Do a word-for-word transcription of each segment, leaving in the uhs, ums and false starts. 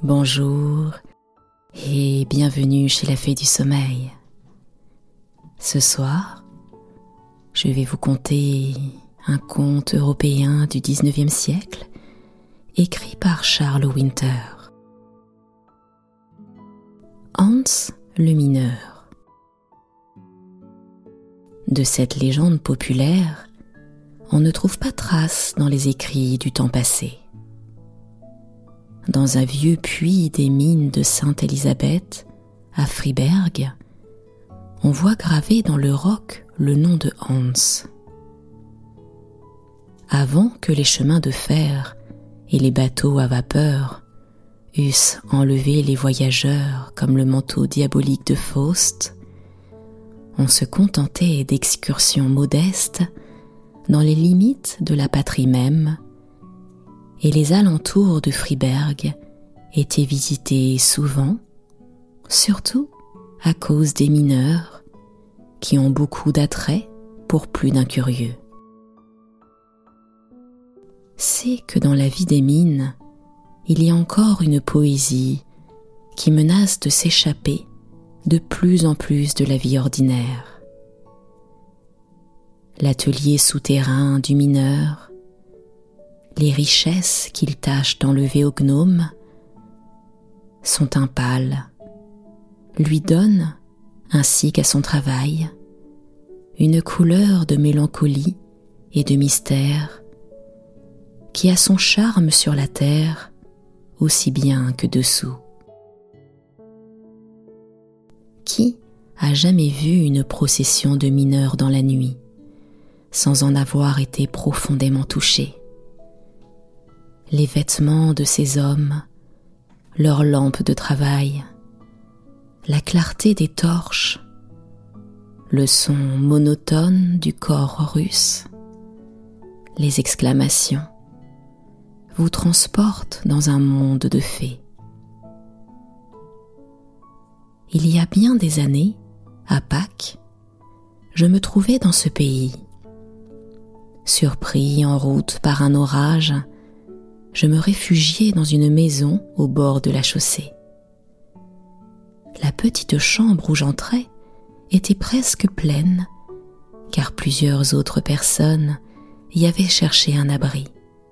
Bonjour et bienvenue chez la Fée du Sommeil. Ce soir, je vais vous conter un conte européen du dix-neuvième siècle écrit par Charles Winter. Hans le mineur. De cette légende populaire, on ne trouve pas trace dans les écrits du temps passé. Dans un vieux puits des mines de Sainte-Élisabeth, à Fribourg, on voit gravé dans le roc le nom de Hans. Avant que les chemins de fer et les bateaux à vapeur eussent enlevé les voyageurs comme le manteau diabolique de Faust, on se contentait d'excursions modestes dans les limites de la patrie même, et les alentours de Fribourg étaient visités souvent, surtout à cause des mineurs qui ont beaucoup d'attrait pour plus d'un curieux. C'est que dans la vie des mines, il y a encore une poésie qui menace de s'échapper de plus en plus de la vie ordinaire. L'atelier souterrain du mineur, les richesses qu'il tâche d'enlever au gnome, son teint pâle, lui donnent, ainsi qu'à son travail, une couleur de mélancolie et de mystère qui a son charme sur la terre aussi bien que dessous. Qui a jamais vu une procession de mineurs dans la nuit, sans en avoir été profondément touché? Les vêtements de ces hommes, leurs lampes de travail, la clarté des torches, le son monotone du corps russe, les exclamations, vous transportent dans un monde de fées. Il y a bien des années, à Pâques, je me trouvais dans ce pays. Surpris en route par un orage, je me réfugiai dans une maison au bord de la chaussée. La petite chambre où j'entrais était presque pleine, car plusieurs autres personnes y avaient cherché un abri.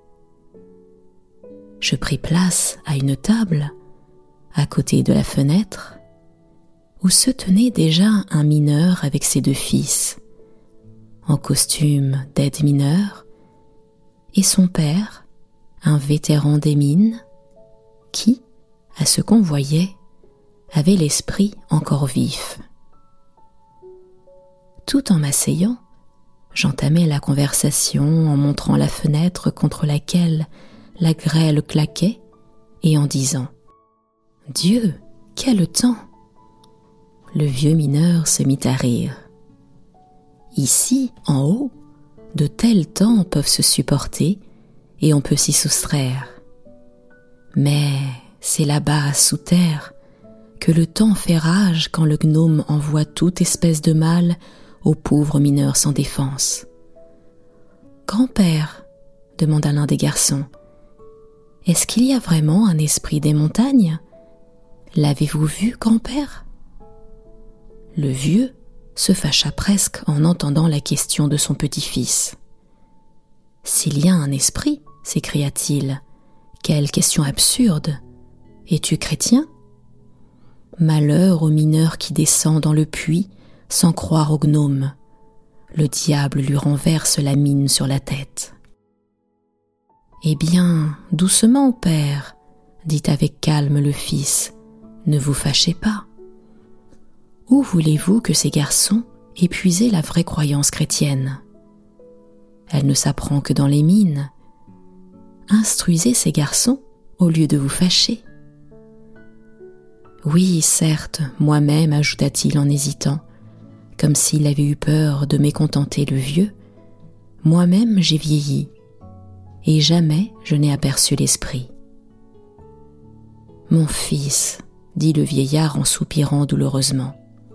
Je pris place à une table, à côté de la fenêtre, où se tenait déjà un mineur avec ses deux fils, en costume d'aide-mineur, et son père, un vétéran des mines, qui, à ce qu'on voyait, avait l'esprit encore vif. Tout en m'asseyant, j'entamai la conversation en montrant la fenêtre contre laquelle la grêle claquait et en disant « Dieu, quel temps !» Le vieux mineur se mit à rire. « Ici, en haut, de tels temps peuvent se supporter et on peut s'y soustraire. Mais c'est là-bas, sous terre, que le temps fait rage quand le gnome envoie toute espèce de mal aux pauvres mineurs sans défense. »« Grand-père, demanda l'un des garçons, est-ce qu'il y a vraiment un esprit des montagnes? L'avez-vous vu, grand-père » Le vieux se fâcha presque en entendant la question de son petit-fils. « S'il y a un esprit, s'écria-t-il, quelle question absurde! Es-tu chrétien? Malheur au mineur qui descend dans le puits sans croire au gnome. Le diable lui renverse la mine sur la tête. » « Eh bien, doucement, père, dit avec calme le fils, ne vous fâchez pas. Où voulez-vous que ces garçons aient puisé la vraie croyance chrétienne? Elle ne s'apprend que dans les mines. Instruisez ces garçons au lieu de vous fâcher. Oui, certes, moi-même, ajouta-t-il en hésitant, comme s'il avait eu peur de mécontenter le vieux, moi-même j'ai vieilli, et jamais je n'ai aperçu l'esprit. Mon fils, dit le vieillard en soupirant douloureusement.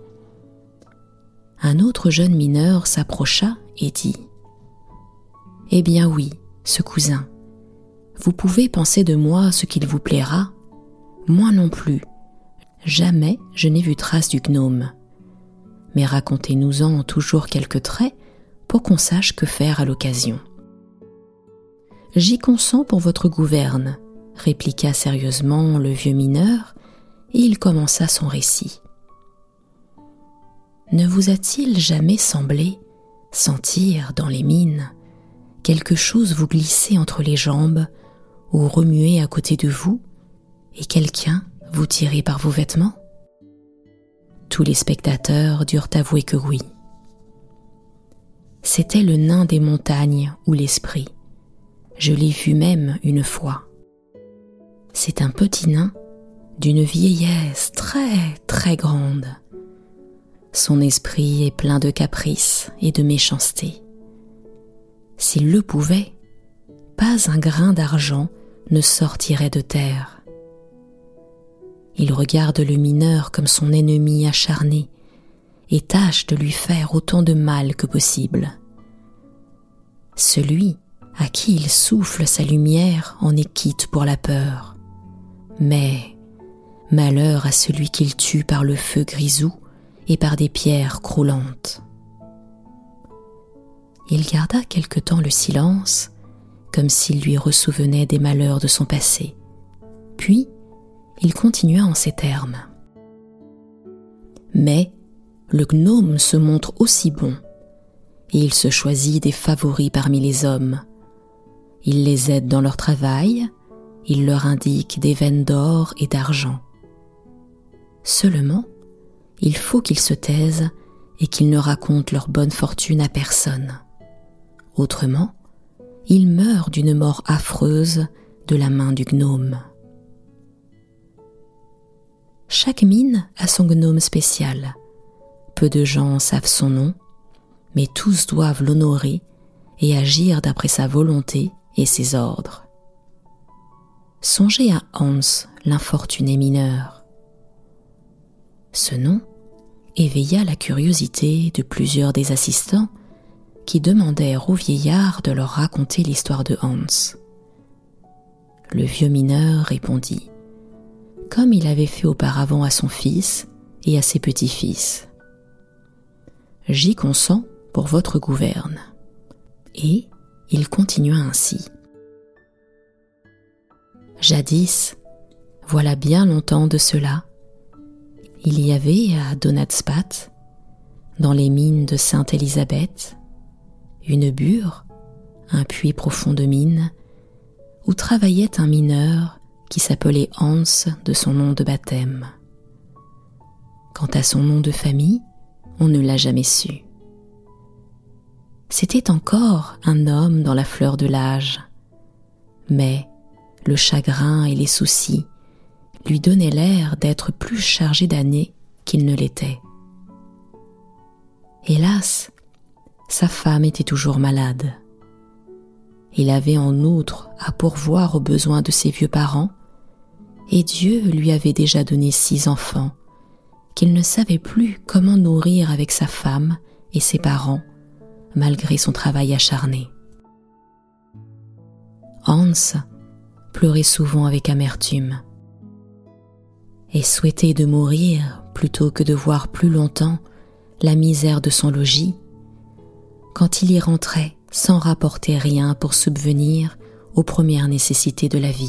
Un autre jeune mineur s'approcha et dit « Eh bien oui, ce cousin, vous pouvez penser de moi ce qu'il vous plaira, Moi non plus. Jamais je n'ai vu trace du gnome. Mais racontez-nous-en toujours quelques traits pour qu'on sache que faire à l'occasion. J'y consens pour votre gouverne, répliqua sérieusement le vieux mineur, et il commença son récit. Ne vous a-t-il jamais semblé sentir dans les mines quelque chose vous glisser entre les jambes ou remuer à côté de vous et quelqu'un vous tirer par vos vêtements ? Tous les spectateurs durent avouer que oui. C'était le nain des montagnes ou l'esprit. Je l'ai vu même une fois. C'est un petit nain d'une vieillesse très très grande. Son esprit est plein de caprices et de méchanceté. S'il le pouvait, pas un grain d'argent ne sortirait de terre. Il regarde le mineur comme son ennemi acharné et tâche de lui faire autant de mal que possible. Celui à qui il souffle sa lumière en est quitte pour la peur. Mais malheur à celui qu'il tue par le feu grisou et par des pierres croulantes. Il garda quelque temps le silence, comme s'il lui ressouvenait des malheurs de son passé. Puis, il continua en ces termes. Mais le gnome se montre aussi bon, et il se choisit des favoris parmi les hommes. Il les aide dans leur travail, il leur indique des veines d'or et d'argent. Seulement, il faut qu'ils se taisent et qu'ils ne racontent leur bonne fortune à personne. Autrement, ils meurent d'une mort affreuse de la main du gnome. Chaque mine a son gnome spécial. Peu de gens savent son nom, mais tous doivent l'honorer et agir d'après sa volonté et ses ordres. Songez à Hans, l'infortuné mineur. Ce nom éveilla la curiosité de plusieurs des assistants qui demandèrent au vieillard de leur raconter l'histoire de Hans. Le vieux mineur répondit, comme il avait fait auparavant à son fils et à ses petits-fils. « J'y consens pour votre gouverne. » Et il continua ainsi. « Jadis, voilà bien longtemps de cela, il y avait à Donadspat, dans les mines de Sainte-Élisabeth, une bure, un puits profond de mine, où travaillait un mineur qui s'appelait Hans de son nom de baptême. Quant à son nom de famille, on ne l'a jamais su. C'était encore un homme dans la fleur de l'âge, mais le chagrin et les soucis lui donnaient l'air d'être plus chargé d'années qu'il ne l'était. Hélas, sa femme était toujours malade. Il avait en outre à pourvoir aux besoins de ses vieux parents, et Dieu lui avait déjà donné six enfants qu'il ne savait plus comment nourrir avec sa femme et ses parents, malgré son travail acharné. Hans pleurait souvent avec amertume et souhaitait de mourir plutôt que de voir plus longtemps la misère de son logis, quand il y rentrait sans rapporter rien pour subvenir aux premières nécessités de la vie.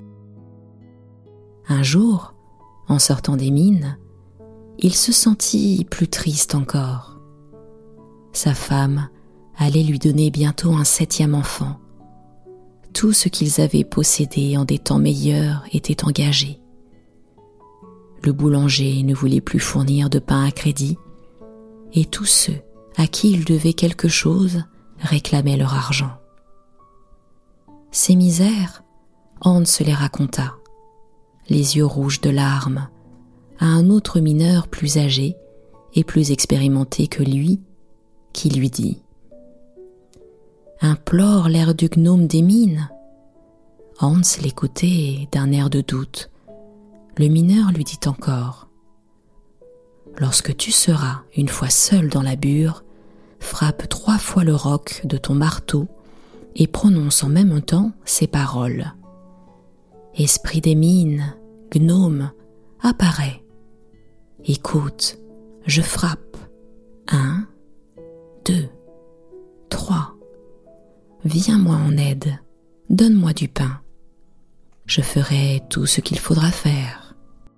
Un jour, en sortant des mines, il se sentit plus triste encore. Sa femme allait lui donner bientôt un septième enfant. Tout ce qu'ils avaient possédé en des temps meilleurs était engagé. Le boulanger ne voulait plus fournir de pain à crédit, et tous ceux à qui il devait quelque chose réclamaient leur argent. Ces misères, Hans se les raconta, les yeux rouges de larmes, à un autre mineur plus âgé et plus expérimenté que lui, qui lui dit « Implore l'air du gnome des mines !» Hans l'écoutait d'un air de doute. Le mineur lui dit encore « Lorsque tu seras une fois seul dans la bure, frappe trois fois le roc de ton marteau et prononce en même temps ces paroles. Esprit des mines, Gnome, apparais. Écoute, je frappe. Un, deux, trois. Viens-moi en aide, donne-moi du pain. Je ferai tout ce qu'il faudra faire.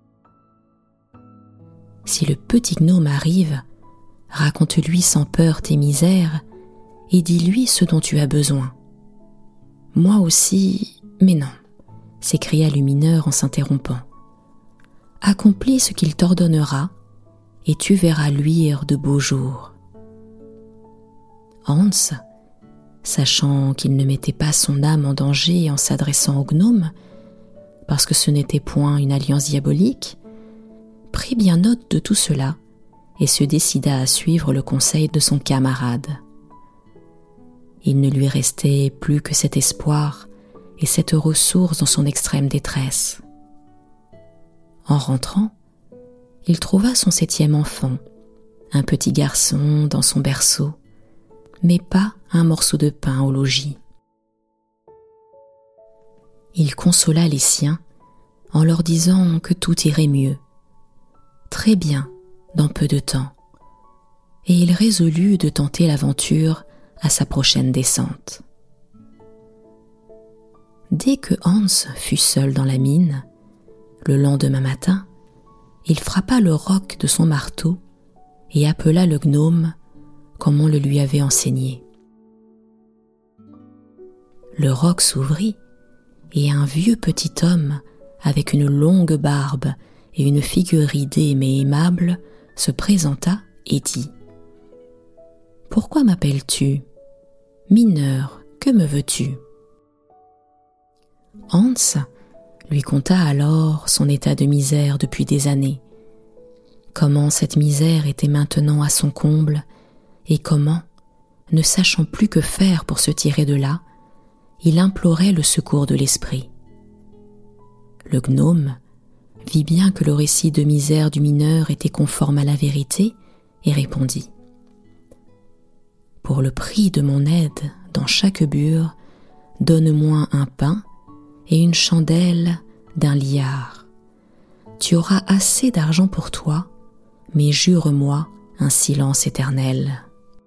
Si le petit gnome arrive, raconte-lui sans peur tes misères et dis-lui ce dont tu as besoin. Moi aussi, mais non, s'écria le mineur en s'interrompant. Accomplis ce qu'il t'ordonnera et tu verras luire de beaux jours. Hans, sachant qu'il ne mettait pas son âme en danger en s'adressant au gnome, parce que ce n'était point une alliance diabolique, prit bien note de tout cela et se décida à suivre le conseil de son camarade. Il ne lui restait plus que cet espoir et cette ressource dans son extrême détresse. En rentrant, il trouva son septième enfant, un petit garçon dans son berceau, mais pas un morceau de pain au logis. Il consola les siens en leur disant que tout irait mieux, très bien, dans peu de temps, et il résolut de tenter l'aventure à sa prochaine descente. Dès que Hans fut seul dans la mine, le lendemain matin, il frappa le roc de son marteau et appela le gnome comme on le lui avait enseigné. Le roc s'ouvrit et un vieux petit homme avec une longue barbe et une figure ridée mais aimable se présenta et dit « Pourquoi m'appelles-tu ? Mineur, que me veux-tu » Hans lui conta alors son état de misère depuis des années, comment cette misère était maintenant à son comble et comment, ne sachant plus que faire pour se tirer de là, il implorait le secours de l'esprit. Le gnome vit bien que le récit de misère du mineur était conforme à la vérité et répondit « Pour le prix de mon aide dans chaque bure, donne-moi un pain et une chandelle d'un liard. Tu auras assez d'argent pour toi, mais jure-moi un silence éternel. »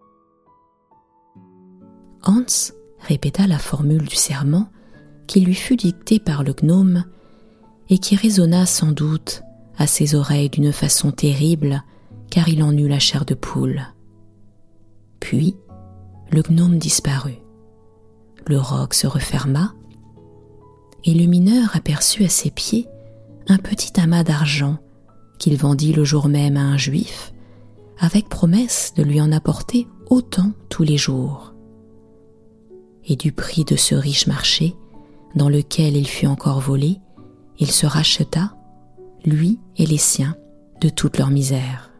Hans répéta la formule du serment qui lui fut dictée par le gnome et qui résonna sans doute à ses oreilles d'une façon terrible car il en eut la chair de poule. Puis le gnome disparut. Le roc se referma et le mineur aperçut à ses pieds un petit amas d'argent qu'il vendit le jour même à un juif, avec promesse de lui en apporter autant tous les jours. Et du prix de ce riche marché, dans lequel il fut encore volé, il se racheta, lui et les siens, de toute leur misère.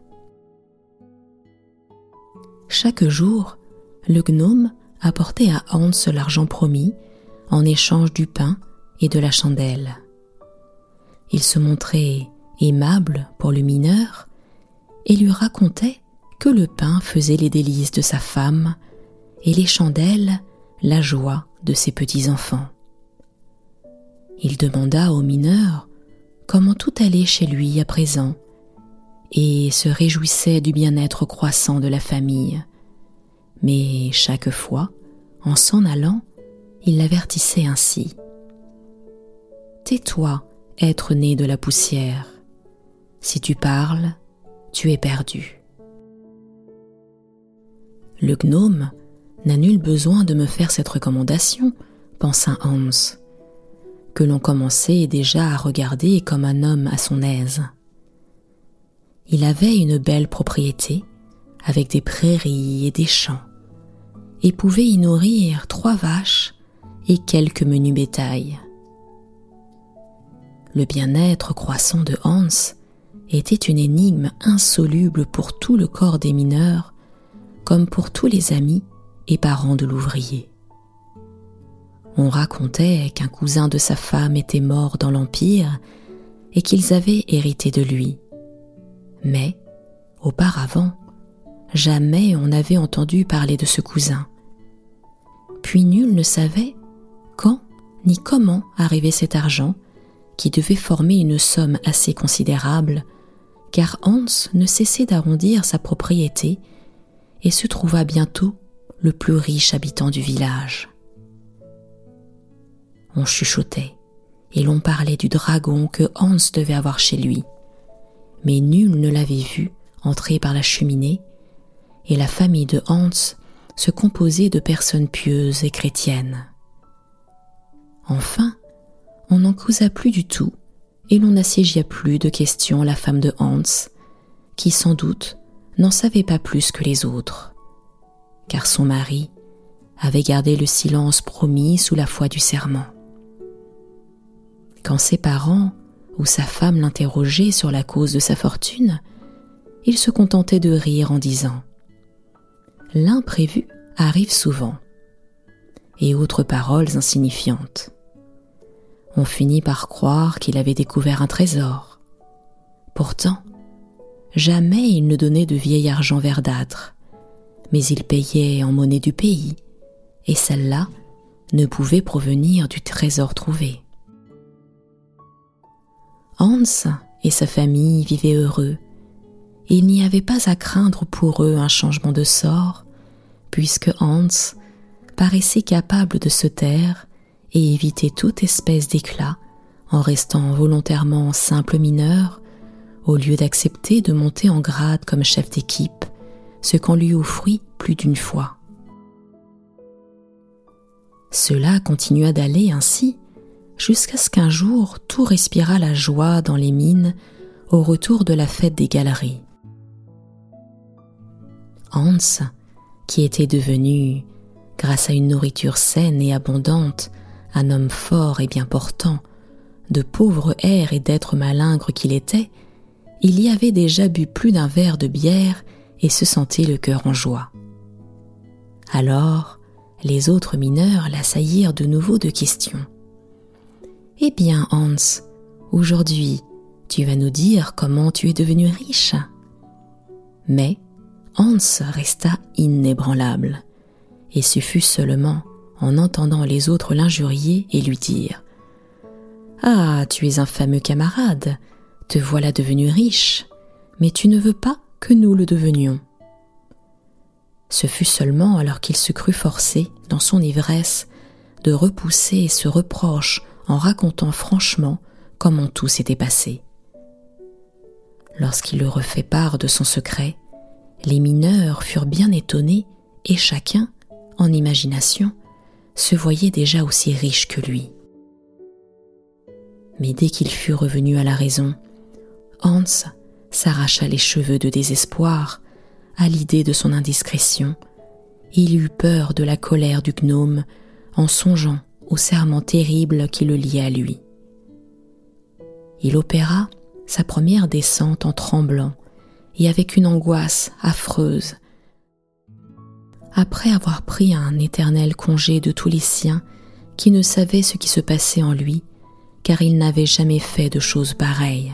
Chaque jour, le gnome apportait à Hans l'argent promis en échange du pain et de la chandelle. Il se montrait aimable pour le mineur et lui racontait que le pain faisait les délices de sa femme et les chandelles la joie de ses petits-enfants. Il demanda au mineur comment tout allait chez lui à présent et se réjouissait du bien-être croissant de la famille. Mais chaque fois, en s'en allant, il l'avertissait ainsi. « Tais-toi, être né de la poussière. Si tu parles, tu es perdu. » Le gnome n'a nul besoin de me faire cette recommandation, pensa Hans, que l'on commençait déjà à regarder comme un homme à son aise. Il avait une belle propriété, avec des prairies et des champs, et pouvait y nourrir trois vaches et quelques menus bétail. Le bien-être croissant de Hans était une énigme insoluble pour tout le corps des mineurs, comme pour tous les amis et parents de l'ouvrier. On racontait qu'un cousin de sa femme était mort dans l'Empire et qu'ils avaient hérité de lui. Mais, auparavant, jamais on n'avait entendu parler de ce cousin. Puis nul ne savait quand ni comment arrivait cet argent qui devait former une somme assez considérable, car Hans ne cessait d'arrondir sa propriété et se trouva bientôt le plus riche habitant du village. On chuchotait et l'on parlait du dragon que Hans devait avoir chez lui, mais nul ne l'avait vu entrer par la cheminée, et la famille de Hans se composait de personnes pieuses et chrétiennes. Enfin, on n'en causa plus du tout, et l'on n'assiégea plus de questions la femme de Hans, qui sans doute n'en savait pas plus que les autres, car son mari avait gardé le silence promis sous la foi du serment. Quand ses parents ou sa femme l'interrogeaient sur la cause de sa fortune, il se contentait de rire en disant « L'imprévu arrive souvent » et autres paroles insignifiantes. On finit par croire qu'il avait découvert un trésor. Pourtant, jamais il ne donnait de vieil argent verdâtre, mais il payait en monnaie du pays, et celle-là ne pouvait provenir du trésor trouvé. Hans et sa famille vivaient heureux, et il n'y avait pas à craindre pour eux un changement de sort, puisque Hans paraissait capable de se taire et éviter toute espèce d'éclat en restant volontairement simple mineur, au lieu d'accepter de monter en grade comme chef d'équipe, ce qu'on lui offrit plus d'une fois. Cela continua d'aller ainsi, jusqu'à ce qu'un jour tout respira la joie dans les mines au retour de la fête des galeries. Hans, qui était devenu, grâce à une nourriture saine et abondante, un homme fort et bien portant, de pauvre air et d'être malingre qu'il était, il y avait déjà bu plus d'un verre de bière et se sentait le cœur en joie. Alors, les autres mineurs l'assaillirent de nouveau de questions. « Eh bien, Hans, aujourd'hui, tu vas nous dire comment tu es devenu riche ?» Mais Hans resta inébranlable, et ce fut seulement en entendant les autres l'injurier et lui dire « Ah, tu es un fameux camarade, te voilà devenu riche, mais tu ne veux pas que nous le devenions. » Ce fut seulement alors qu'il se crut forcé, dans son ivresse, de repousser ce reproche en racontant franchement comment tout s'était passé. Lorsqu'il leur refait part de son secret, les mineurs furent bien étonnés et chacun, en imagination, se voyait déjà aussi riche que lui. Mais dès qu'il fut revenu à la raison, Hans s'arracha les cheveux de désespoir à l'idée de son indiscrétion. Il eut peur de la colère du gnome en songeant au serment terrible qui le liait à lui. Il opéra sa première descente en tremblant et avec une angoisse affreuse. Après avoir pris un éternel congé de tous les siens qui ne savaient ce qui se passait en lui, car il n'avait jamais fait de choses pareilles.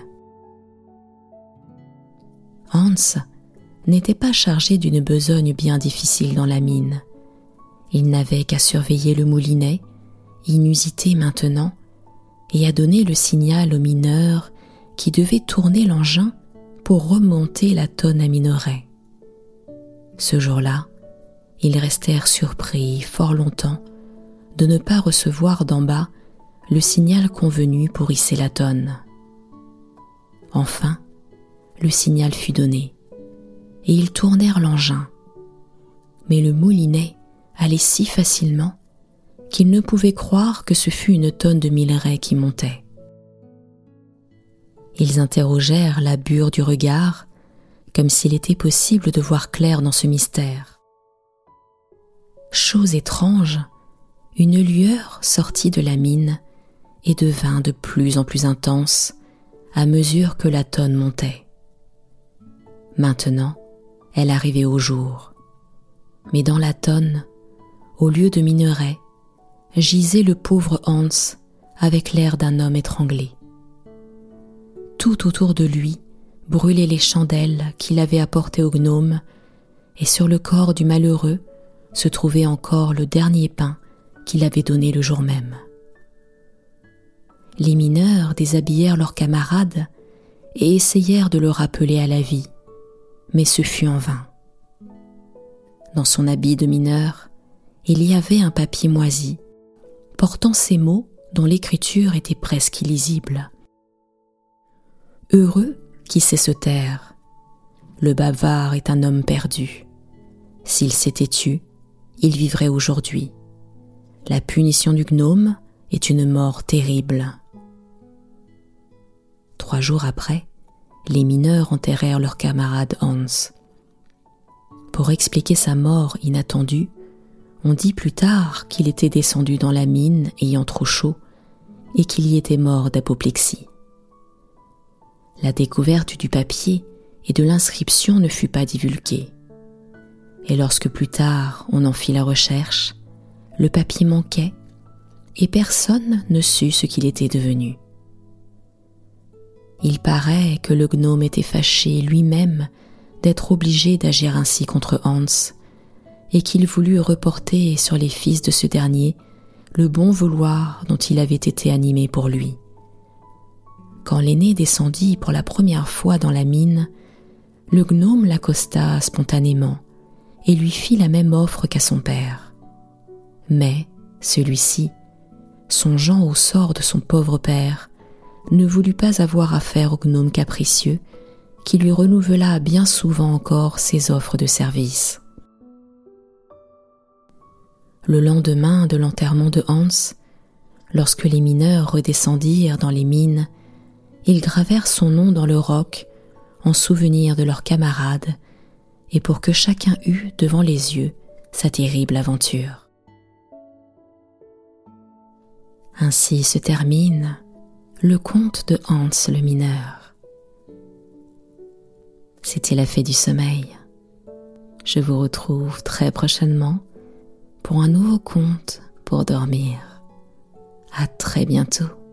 Hans n'était pas chargé d'une besogne bien difficile dans la mine. Il n'avait qu'à surveiller le moulinet, inusité maintenant, et à donner le signal aux mineurs qui devaient tourner l'engin pour remonter la tonne à minerai. Ce jour-là, ils restèrent surpris fort longtemps de ne pas recevoir d'en bas le signal convenu pour hisser la tonne. Enfin, le signal fut donné, et ils tournèrent l'engin. Mais le moulinet allait si facilement qu'ils ne pouvaient croire que ce fût une tonne de minerai qui montait. Ils interrogèrent la bure du regard, comme s'il était possible de voir clair dans ce mystère. Chose étrange, une lueur sortit de la mine et devint de plus en plus intense à mesure que la tonne montait. Maintenant, elle arrivait au jour, mais dans la tonne, au lieu de minerai, gisait le pauvre Hans avec l'air d'un homme étranglé. Tout autour de lui brûlaient les chandelles qu'il avait apportées au gnome, et sur le corps du malheureux se trouvait encore le dernier pain qu'il avait donné le jour même. les mineurs déshabillèrent leurs camarades et essayèrent de le rappeler à la vie, mais ce fut en vain. Dans son habit de mineur, il y avait un papier moisi, portant ces mots dont l'écriture était presque illisible. Heureux qui sait se taire, le bavard est un homme perdu. S'il s'était tu, il vivrait aujourd'hui. La punition du gnome est une mort terrible. Trois jours après, les mineurs enterrèrent leur camarade Hans. Pour expliquer sa mort inattendue, on dit plus tard qu'il était descendu dans la mine ayant trop chaud et qu'il y était mort d'apoplexie. La découverte du papier et de l'inscription ne fut pas divulguée. Et lorsque plus tard on en fit la recherche, le papier manquait et personne ne sut ce qu'il était devenu. Il paraît que le gnome était fâché lui-même d'être obligé d'agir ainsi contre Hans et qu'il voulut reporter sur les fils de ce dernier le bon vouloir dont il avait été animé pour lui. Quand l'aîné descendit pour la première fois dans la mine, le gnome l'accosta spontanément et lui fit la même offre qu'à son père. Mais celui-ci, songeant au sort de son pauvre père, ne voulut pas avoir affaire au gnome capricieux qui lui renouvela bien souvent encore ses offres de service. Le lendemain de l'enterrement de Hans, lorsque les mineurs redescendirent dans les mines, ils gravèrent son nom dans le roc en souvenir de leurs camarades et pour que chacun eût devant les yeux sa terrible aventure. Ainsi se termine le conte de Hans le mineur. C'était la fée du sommeil. Je vous retrouve très prochainement pour un nouveau conte pour dormir. À très bientôt.